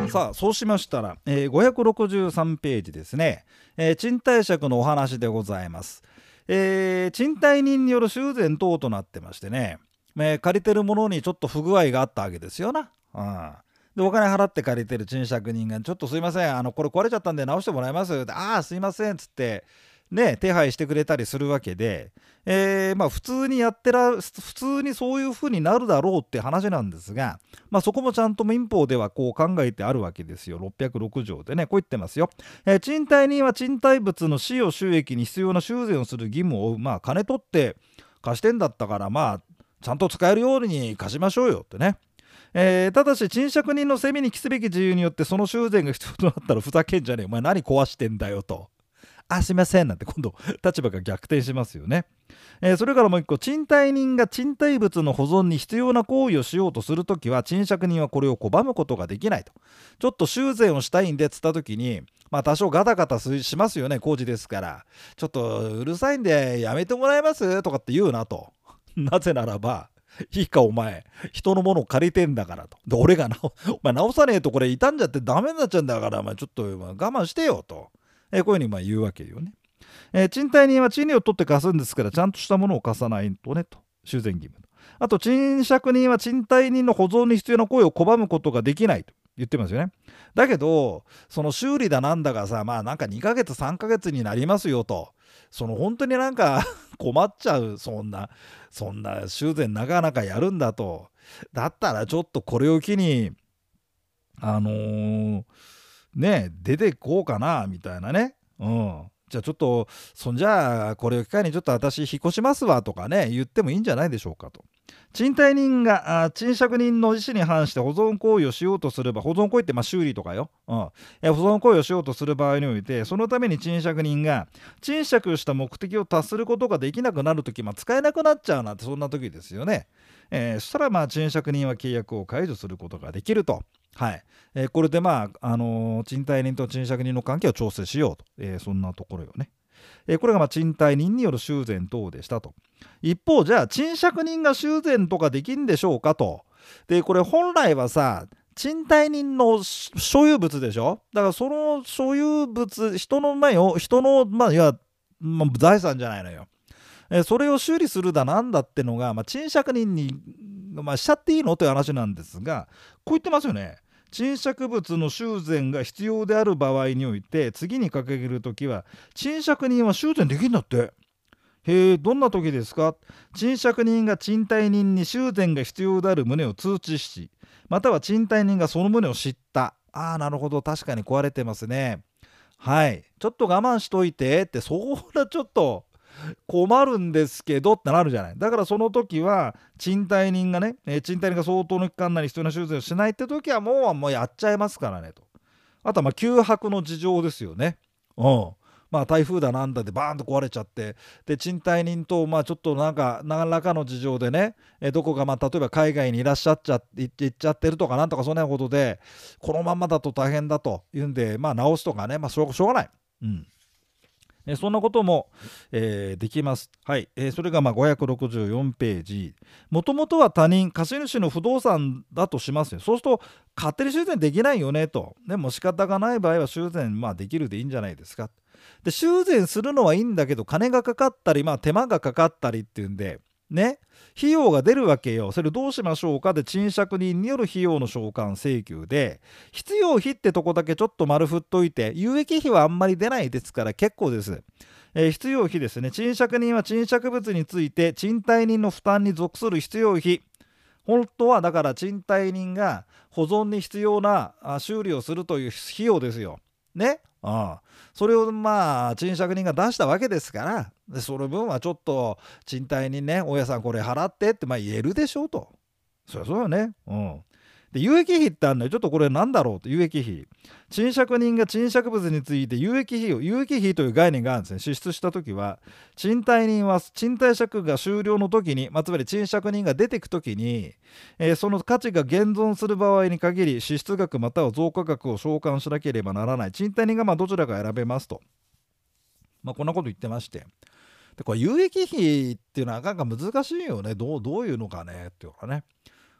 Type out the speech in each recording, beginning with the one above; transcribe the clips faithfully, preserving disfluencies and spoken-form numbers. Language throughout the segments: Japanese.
さあそうしましたら、えーごひゃくろくじゅうさんページですね、えー賃貸借のお話でございます。えー賃貸人による修繕等となってましてね、えー借りてるものにちょっと不具合があったわけですよな。うん、でお金払って借りてる賃借人が「ちょっとすいません、あのこれ壊れちゃったんで直してもらえます」って「ああすいません」っつってね手配してくれたりするわけで、えーまあ普通にやってら普通にそういう風になるだろうって話なんですが、まあそこもちゃんと民法ではこう考えてあるわけですよ。ろっぴゃくろく条でねこう言ってますよ。えー賃貸人は賃貸物の使用収益に必要な修繕をする義務を負う。まあ金取って貸してんだったからまあちゃんと使えるように貸しましょうよってね。えーただし賃借人の責めに帰すべき自由によってその修繕が必要となったらふざけんじゃねえお前何壊してんだよと。あすいませんなんて今度立場が逆転しますよね。えーそれからもう一個、賃貸人が賃貸物の保存に必要な行為をしようとするときは賃借人はこれを拒むことができないと。ちょっと修繕をしたいんでっつったときにまあ多少ガタガタしますよね、工事ですから。ちょっとうるさいんでやめてもらえますとかって言うなと。なぜならばいいかお前人のものを借りてんだからと。で俺がなお前直さねえとこれ傷んじゃってダメになっちゃうんだからお前ちょっと我慢してよと、えーこういうふうにまあ言うわけよね。えー賃貸人は賃料を取って貸すんですからちゃんとしたものを貸さないとねと。修繕義務。あと賃借人は賃貸人の保存に必要な行為を拒むことができないと言ってますよね。だけどその修理だなんだがさまあなんかにかげつさんかげつになりますよと。その本当になんか困っちゃうそんなそんな修繕なかなかやるんだと。だったらちょっとこれを機にあのーね出てこうかなみたいなね。うんじゃあちょっとそんじゃあこれを機会にちょっと私引っ越しますわとかね言ってもいいんじゃないでしょうかと。賃貸人があ賃借人の意思に反して保存行為をしようとすれば、保存行為ってまあ修理とかよ、うん、え保存行為をしようとする場合においてそのために賃借人が賃借をした目的を達することができなくなるとき、まあ、使えなくなっちゃうなんてそんな時ですよね。えーそしたらまあ賃借人は契約を解除することができると。はいえーこれでまあ、あのー賃貸人と賃借人の関係を調整しようと、えーそんなところよね。えーこれがまあ賃貸人による修繕等でしたと。一方じゃあ賃借人が修繕とかできんでしょうかと。でこれ本来はさ賃貸人の所有物でしょ。だからその所有物人の前を人のまあいや、まあ、財産じゃないのよ。えーそれを修理するだなんだってのが、まあ、賃借人に、まあ、しちゃっていいのという話なんですがこう言ってますよね。賃借物の修繕が必要である場合において次に掲げるときは賃借人は修繕できるんだって。へえどんな時ですか。賃借人が賃貸人に修繕が必要である旨を通知しまたは賃貸人がその旨を知った。ああなるほど確かに壊れてますね。はいちょっと我慢しといてってそんなちょっと困るんですけどってなるじゃない。だからその時は賃貸人がね、えー賃貸人が相当の期間内に必要な修繕をしないって時はもうもうやっちゃいますからねと。あとはまあ急迫の事情ですよね。うんまあ台風だなんだでバーンと壊れちゃってで賃貸人とまあちょっとなんか何らかの事情でねえどこかまあ例えば海外にいらっしゃっちゃって行っちゃってるとかなんとかそんなことでこのままだと大変だというんでまあ直すとかねまあしょうしょうがない。うんえそんなことも、えーできます。はい、えーそれがまあごひゃくろくじゅうよんページ。もともとは他人貸主の不動産だとしますよ。そうすると勝手に修繕できないよねと。でも仕方がない場合は修繕まあできるでいいんじゃないですか。で修繕するのはいいんだけど金がかかったり、まあ、手間がかかったりっていうんでね費用が出るわけよ。それどうしましょうかで賃借人による費用の償還請求で必要費ってとこだけちょっと丸振っといて有益費はあんまり出ないですから結構です。えー必要費ですね。賃借人は賃借物について賃貸人の負担に属する必要費本当はだから賃貸人が保存に必要なあ修理をするという費用ですよ。ね、ああそれをまあ賃借人が出したわけですからでその分はちょっと賃貸人ね大家さんこれ払ってってまあ言えるでしょうと。そりゃそうよね。うんで有益費ってあるのよ。ちょっとこれなんだろうと。有益費賃借人が賃借物について有益費を有益費という概念があるんですね。支出した時は賃貸人は賃貸借が終了の時に、まあ、つまり賃借人が出てく時に、えーその価値が現存する場合に限り支出額または増加額を償還しなければならない。賃貸人がまあどちらか選べますと、まあ、こんなこと言ってまして、でこれ有益費っていうのはなかなか難しいよね。どうどういうのかねっていうかね。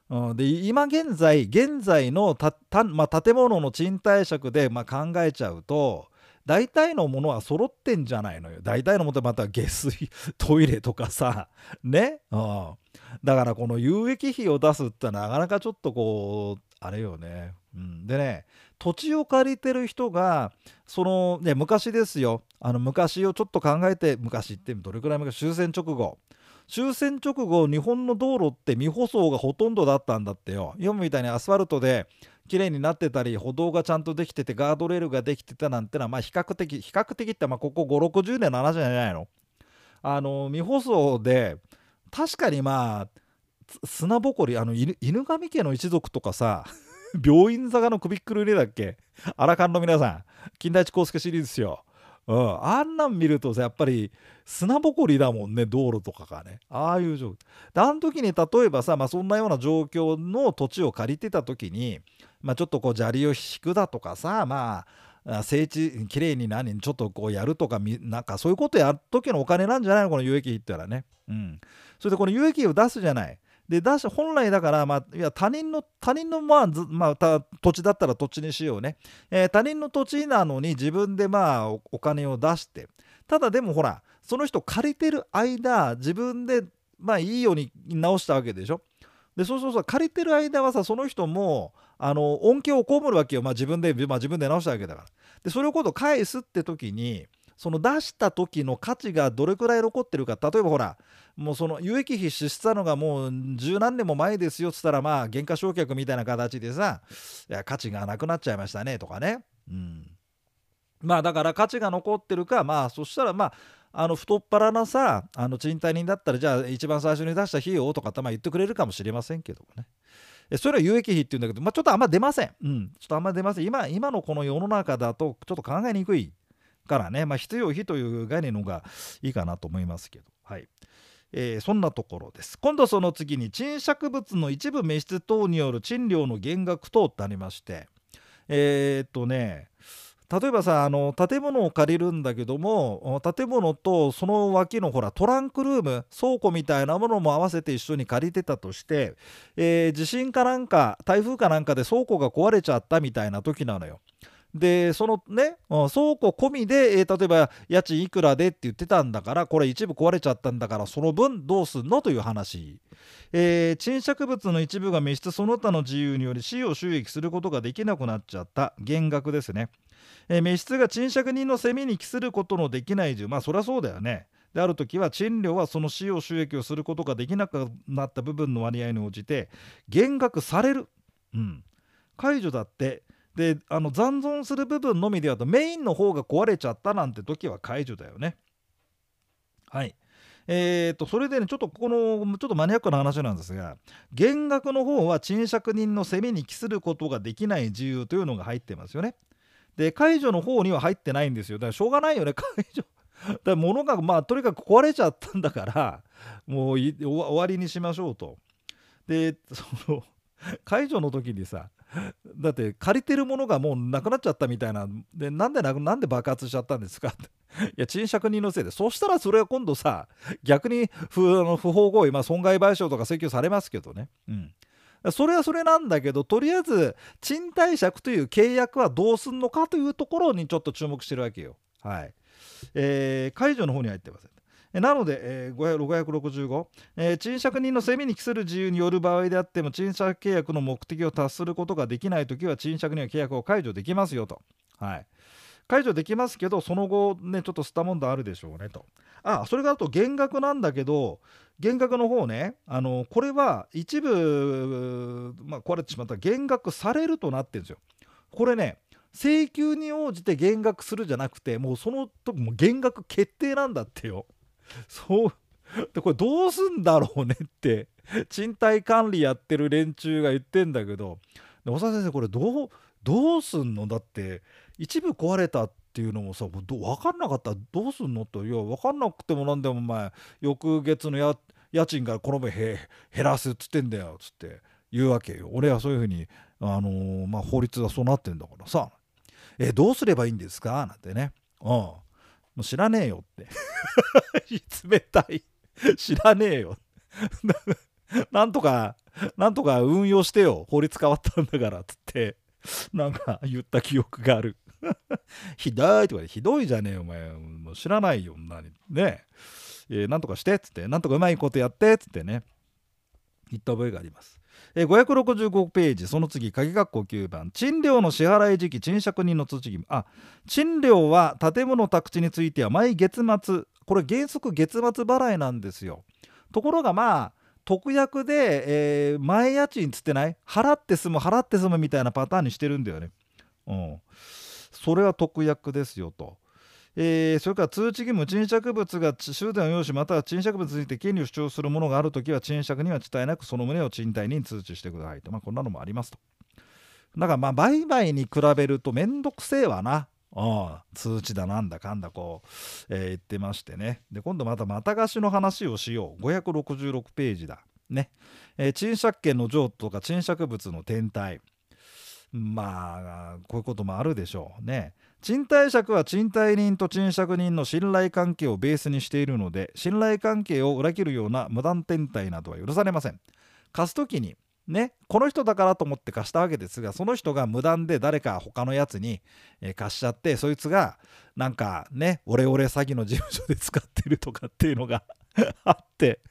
うん、で今現在現在のたた、まあ、建物の賃貸借で、まあ、考えちゃうと大体のものは揃ってんじゃないのよ。大体のものってまた下水トイレとかさね、うん、だからこの有益費を出すってなかなかちょっとこうあれよね。うん、でね、土地を借りてる人がそのね、昔ですよ、あの昔をちょっと考えて、昔ってどれくらい昔、終戦直後終戦直後日本の道路って未舗装がほとんどだったんだってよ。今みたいにアスファルトで綺麗になってたり歩道がちゃんとできててガードレールができてたなんてのはまあ比較的比較的ってまあここごじゅうろくじゅうねんの話じゃないの。あの未舗装で確かにまあ砂ぼこり、あの犬犬神家の一族とかさ病院坂の首っくるねだっけ、アラカンの皆さん、金田一耕助シリーズですよ。うん、あんなん見るとさやっぱり砂ぼこりだもんね、道路とかがね、ああいう状況で、あの時に例えばさ、まあ、そんなような状況の土地を借りてた時に、まあ、ちょっとこう砂利を引くだとかさ、まあ整地きれいに何ちょっとこうやるとか、なんかそういうことやる時のお金なんじゃないの、この有益費って言ったらね。うん、それでこの有益費を出すじゃない。で出し本来だから、まあ、いや他人の他人の、まあずまあ、た土地だったら土地にしようね、えー他人の土地なのに自分でまあおお金を出して、ただでもほらその人借りてる間自分でまあいいように直したわけでしょ。でそうそうそう、借りてる間はさその人もあの恩恵を被るわけよ、まあ、自分で、まあ、自分で直したわけだから。でそれを今度返すって時にその出した時の価値がどれくらい残ってるか、例えばほらもうその有益費支出したのがもう十何年も前ですよっつったら、まあ減価償却みたいな形でさ、いや価値がなくなっちゃいましたねとかね。うん、まあだから価値が残ってるか、まあそしたらまああの太っ腹なさあの賃貸人だったら、じゃあ一番最初に出した費用とかってまあ言ってくれるかもしれませんけどもね。えそれは有益費っていうんだけど、まあ、ちょっとあんま出ません。うん、ちょっとあんま出ません。今今のこの世の中だとちょっと考えにくいからね、まあ、必要費という概念の方がいいかなと思いますけど、はい。えーそんなところです。今度その次に賃借物の一部滅失等による賃料の減額等ってありまして、えーっとね例えばさ、あの建物を借りるんだけども、建物とその脇のほらトランクルーム倉庫みたいなものも合わせて一緒に借りてたとして、えー地震かなんか台風かなんかで倉庫が壊れちゃったみたいな時なのよ。でそのね、うん倉庫込みで、えー例えば家賃いくらでって言ってたんだから、これ一部壊れちゃったんだからその分どうすんのという話。えー賃借物の一部が滅失その他の自由により使用収益することができなくなっちゃった減額ですね。えー滅失が賃借人の責めに帰することのできない自由、まあそりゃそうだよね。である時は賃料はその使用収益をすることができなくなった部分の割合に応じて減額される。うん、解除だって。であの残存する部分のみではとメインの方が壊れちゃったなんて時は解除だよね。はい。えー、とそれでねちょっとこのちょっとマニアックな話なんですが、減額の方は賃借人の責めに帰することができない自由というのが入ってますよね。で解除の方には入ってないんですよ。だからしょうがないよね解除だから物がまあとにかく壊れちゃったんだからもうい終わ終わりにしましょうと。でその解除の時にさ、だって借りてるものがもうなくなっちゃったみたいなで、なんでなくなんで爆発しちゃったんですかっていや賃借人のせいで、そしたらそれは今度さ逆に不あの不法行為、まあ、損害賠償とか請求されますけどね。うん、それはそれなんだけど、とりあえず賃貸借という契約はどうすんのかというところにちょっと注目してるわけよ。はい。えー解除の方に入ってません。えなので、えーごひゃくろくじゅうご、えー賃借人の責めに帰する自由による場合であっても賃借契約の目的を達することができないときは賃借人は契約を解除できますよと。はい。解除できますけどその後ねちょっと吸ったもんだあるでしょうねと。あそれがあと減額なんだけど、減額の方ね、あのこれは一部、まあ、壊れてしまったら減額されるとなってるんですよ。これね請求に応じて減額するじゃなくて、もうその時もう減額決定なんだってよ。そうでこれどうすんだろうねって賃貸管理やってる連中が言ってんだけど、で小沢先生これどうどうすんの、だって一部壊れたっていうのもさど分かんなかったらどうすんのと。いや分かんなくてもなんでもお前翌月のや家賃からこの分へ減らすっつってんだよっつって言うわけよ。俺はそういうふうに、あのーまあ、法律がそうなってんだからさ、えどうすればいいんですかなんてね。うん、もう知らねえよって冷たい知らねえよなんとかなんとか運用してよ、法律変わったんだからっつってなんか言った記憶があるひどいとかで、ひどいじゃねえよお前、もう知らないよ何ねえー、なんとかしてっつって、なんとかうまいことやってっつってね言った覚えがあります。えー、ごひゃくろくじゅうごページ、その次鍵括弧きゅうばん、賃料の支払い時期賃借人の通知義務。あ、賃料は建物宅地については毎月末、これ原則月末払いなんですよ。ところがまあ特約で、えー、前家賃つってない、払って済む払って済むみたいなパターンにしてるんだよね。うん、それは特約ですよと。えー、それから通知義務、賃借物が終電を要しまたは賃借物について権利を主張するものがあるときは賃借には遅滞なくその旨を賃貸に通知してくださいと、まあ、こんなのもありますと。だからまあ売買に比べるとめんどくせえわな。ああ通知だなんだかんだこう、えー、言ってましてね。で今度またまた貸しの話をしよう。ごひゃくろくじゅうろくページだね。えー、賃借権の譲渡とか賃借物の転貸、まあこういうこともあるでしょうね。賃貸借は賃貸人と賃借人の信頼関係をベースにしているので、信頼関係を裏切るような無断転貸などは許されません。貸すときにね、この人だからと思って貸したわけですが、その人が無断で誰か他のやつに貸しちゃって、そいつがなんかねオレオレ詐欺の事務所で使ってるとかっていうのがあって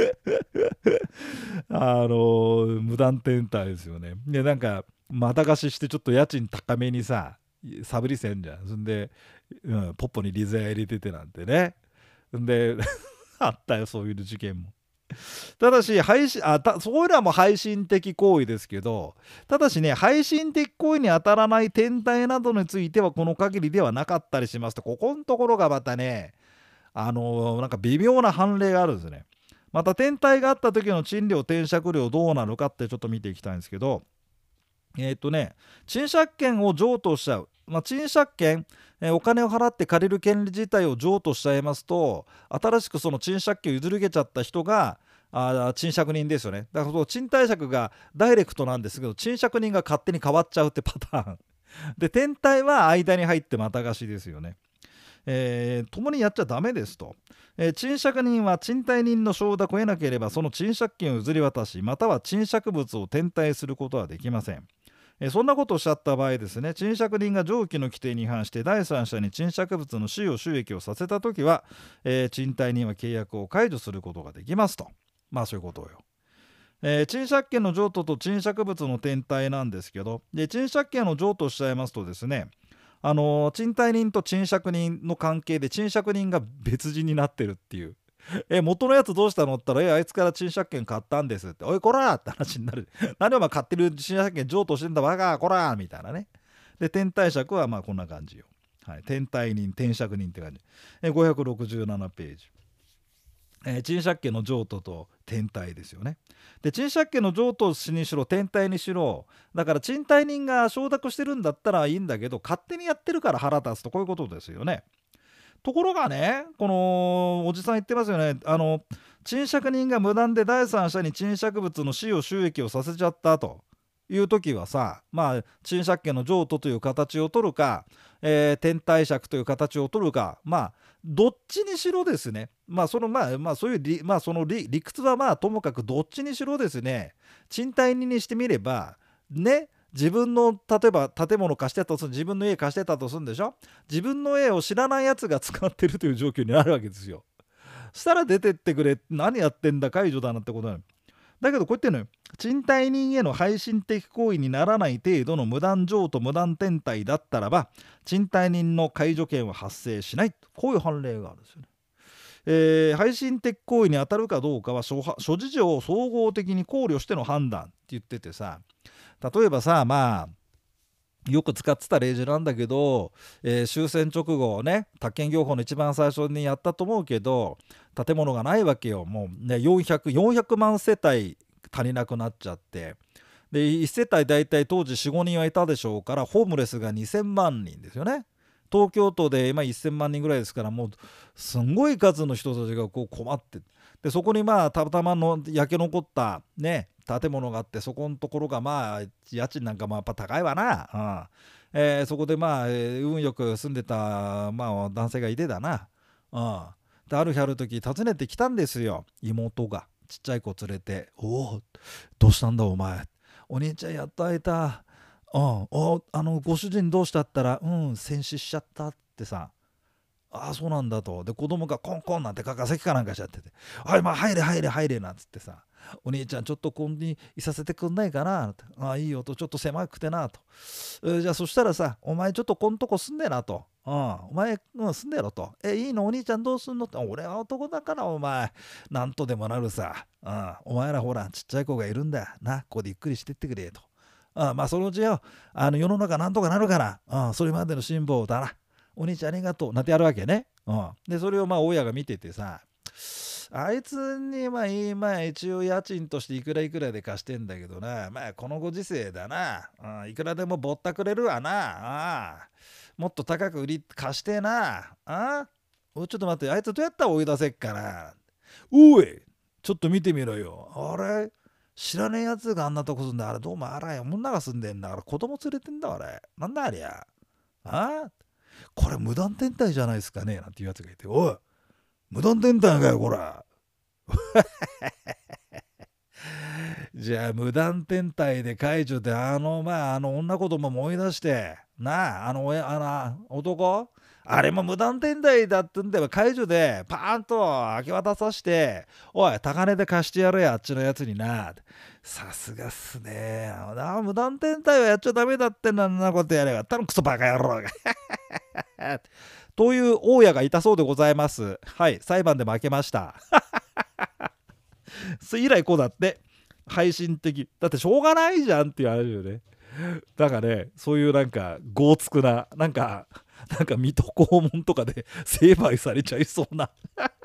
あの無断転貸ですよね。でなんかまた貸ししてちょっと家賃高めにさサブリせんじゃん。そんで、うん、ポッポにリザヤ入れててなんてね。んであったよそういう事件も。ただし配信あたそういうのはもう配信的行為ですけど、ただしね配信的行為に当たらない転貸などについてはこの限りではなかったりしますと、ここのところがまたねあのー、なんか微妙な判例があるんですね。また転貸があった時の賃料転借料どうなるかってちょっと見ていきたいんですけど、えっとね賃借権を譲渡しちゃう、まあ、賃借権、えー、お金を払って借りる権利自体を譲渡しちゃいますと、新しくその賃借権を譲り受けちゃった人があ賃借人ですよね。だからその賃貸借がダイレクトなんですけど、賃借人が勝手に変わっちゃうってパターンで、転貸は間に入ってまた貸しですよね。えー、共にやっちゃダメですと。えー、賃借人は賃貸人の承諾を得なければその賃借権を譲り渡し、または賃借物を転貸することはできません。えー、そんなことをおっしゃった場合ですね、賃借人が上記の規定に違反して第三者に賃借物の使用収益をさせたときは、えー、賃貸人は契約を解除することができますと。まあそういうことよ。えー、賃借権の譲渡と賃借物の転貸なんですけど、で賃借権の譲渡しちゃいますとですね、あのー、賃貸人と賃借人の関係で賃借人が別人になってるっていう。え元のやつどうしたのって言ったら、えあいつから賃借権買ったんですって、おいこらーって話になる。何お前買ってる賃借権譲渡してんだバカこらーみたいなね。で転貸借はまあこんな感じよ。はい、転貸人転借人って感じ。えごひゃくろくじゅうななページ。えー、賃借権の譲渡と転貸ですよね。で賃借権の譲渡にしろ転貸にしろ、だから賃貸人が承諾してるんだったらいいんだけど、勝手にやってるから腹立つと、こういうことですよね。ところがね、このおじさん言ってますよね。あの賃借人が無断で第三者に賃借物の使用収益をさせちゃったという時はさ、まあ賃借権の譲渡という形を取るか、えー、転貸借という形を取るか、まあどっちにしろですね、まあそのまあまあそういう理、まあ、その 理, 理屈はまあともかくどっちにしろですね、賃貸人にしてみればね、自分の例えば建物貸してたとする、自分の家貸してたとするんでしょ。自分の家を知らないやつが使ってるという状況になるわけですよ。したら出てってくれ、何やってんだ解除だなってことなの。だけどこう言ってんのよ、賃貸人への配信的行為にならない程度の無断譲渡無断転貸だったらば賃貸人の解除権は発生しない、こういう判例があるんですよね。えー、配信的行為に当たるかどうかは 諸, 諸事情を総合的に考慮しての判断って言っててさ、例えばさ、まあよく使ってた例示なんだけど、えー、終戦直後ね、宅建業法の一番最初にやったと思うけど、建物がないわけよ。もうねよんひゃく、よんひゃくまん世帯足りなくなっちゃって、でいち世帯大体当時 よん、ごにんはいたでしょうから、ホームレスがにせんまんにんですよね。東京都で今せんまんにんぐらいですから、もうすんごい数の人たちがこう困って、でそこにまあたまたまの焼け残ったね建物があって、そこのところがまあ家賃なんかもやっぱ高いわな、うんえー、そこでまあ、えー、運よく住んでた、まあ、男性がいてだな、うん、である日ある時訪ねてきたんですよ、妹がちっちゃい子連れて、おおどうしたんだお前、お兄ちゃんやっと会えた、うん、おあのご主人どうしたったら、うん戦死しちゃったってさ、ああそうなんだと。で子供がコンコンなんてかかせきかなんかしちゃってて、はいまあ入れ入れ入れなんつってさ、お兄ちゃんちょっとこんにいさせてくんないかなって、ああいいよと、ちょっと狭くてなと、えーじゃあそしたらさ、お前ちょっとこんとこ住んでなと、うん、お前、うん、住んでろと、えいいのお兄ちゃんどうすんのって、俺は男だからお前なんとでもなるさ、うん、お前らほらちっちゃい子がいるんだよな、ここでゆっくりしてってくれと、うん、まあそのうちよ、あの世の中なんとかなるから、うん、それまでの辛抱だな、お兄ちゃんありがとうなんてやるわけね。うん、でそれをまあ親が見ててさ、あいつにまあ今一応家賃としていくらいくらで貸してんだけどな、まあこのご時世だな、うん、いくらでもぼったくれるわな、あもっと高く売り貸してな、あおちょっと待って、あいつどうやったら追い出せっかな、おいちょっと見てみろよ、あれ知らねえやつがあんなとこ住んで、あれどうもあらや女が住んでんだから、子供連れてんだあれ、なんだありゃ、あこれ無断転退じゃないですかねなんていうやつがいて、おい無断転退かよこらじゃあ無断転退で解除で、あのまああの女子供も追い出してなあ、あの親あの男あれも無断転退だってんで解除でパーンと明け渡さして、おい高値で貸してやるやあっちのやつにな、さすがっすねあ、無断転退はやっちゃダメだってんな、んなことやればったのクソバカ野郎がという大家がいたそうでございます。はい、裁判で負けましたそれ以来こうだって、配信的だってしょうがないじゃんっていうあれよね。だからね、そういうなんか豪つくな、なんかなんか水戸黄門とかで成敗されちゃいそうな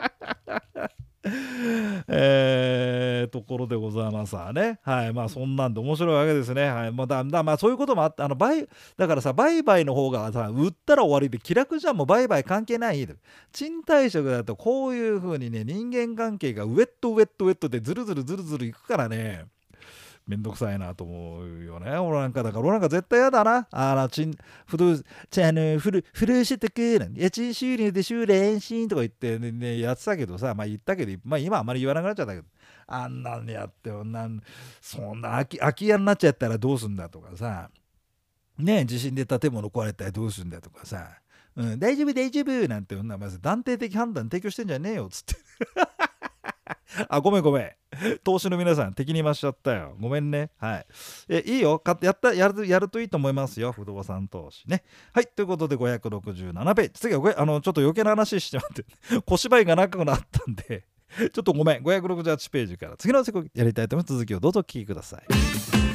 えー、ところでございますわね。はい、まあそんなんで面白いわけですね。はい、まあ、だだまあそういうこともあって、あの売だからさ、売買の方がさ、売ったら終わりで気楽じゃん、もう売買関係ない。賃貸借だとこういう風にね、人間関係がウェットウェットウェットでずるずるずるずるいくからね。めんどくさいなと思うよね。俺なんかだから、俺なんか絶対やだな。あの、ちん、不動、ちあの、フル、フル所得、家賃収入で収連信とか言ってね、ね、やってたけどさ、まあ言ったけど、まあ今あんまり言わなくなっちゃったけど、あんなんやってよ、なん、そんな空き、空き家になっちゃったらどうすんだとかさ、ね、地震で建物壊れたらどうすんだとかさ、うん、大丈夫大丈夫なんて女まず断定的判断提供してんじゃねえよっつってあ、ごめんごめん。投資の皆さん、敵に回しちゃったよ。ごめんね。はい。え、いいよ。かやった、やる、やるといいと思いますよ。不動産投資ね。はい。ということで、ごひゃくろくじゅうななページ。次はご、あの、ちょっと余計な話してもらって、小芝居が長くなったんで、ちょっとごめん。ごひゃくろくじゅうはちページから次のセコやりたいと思います。続きをどうぞお聞きください。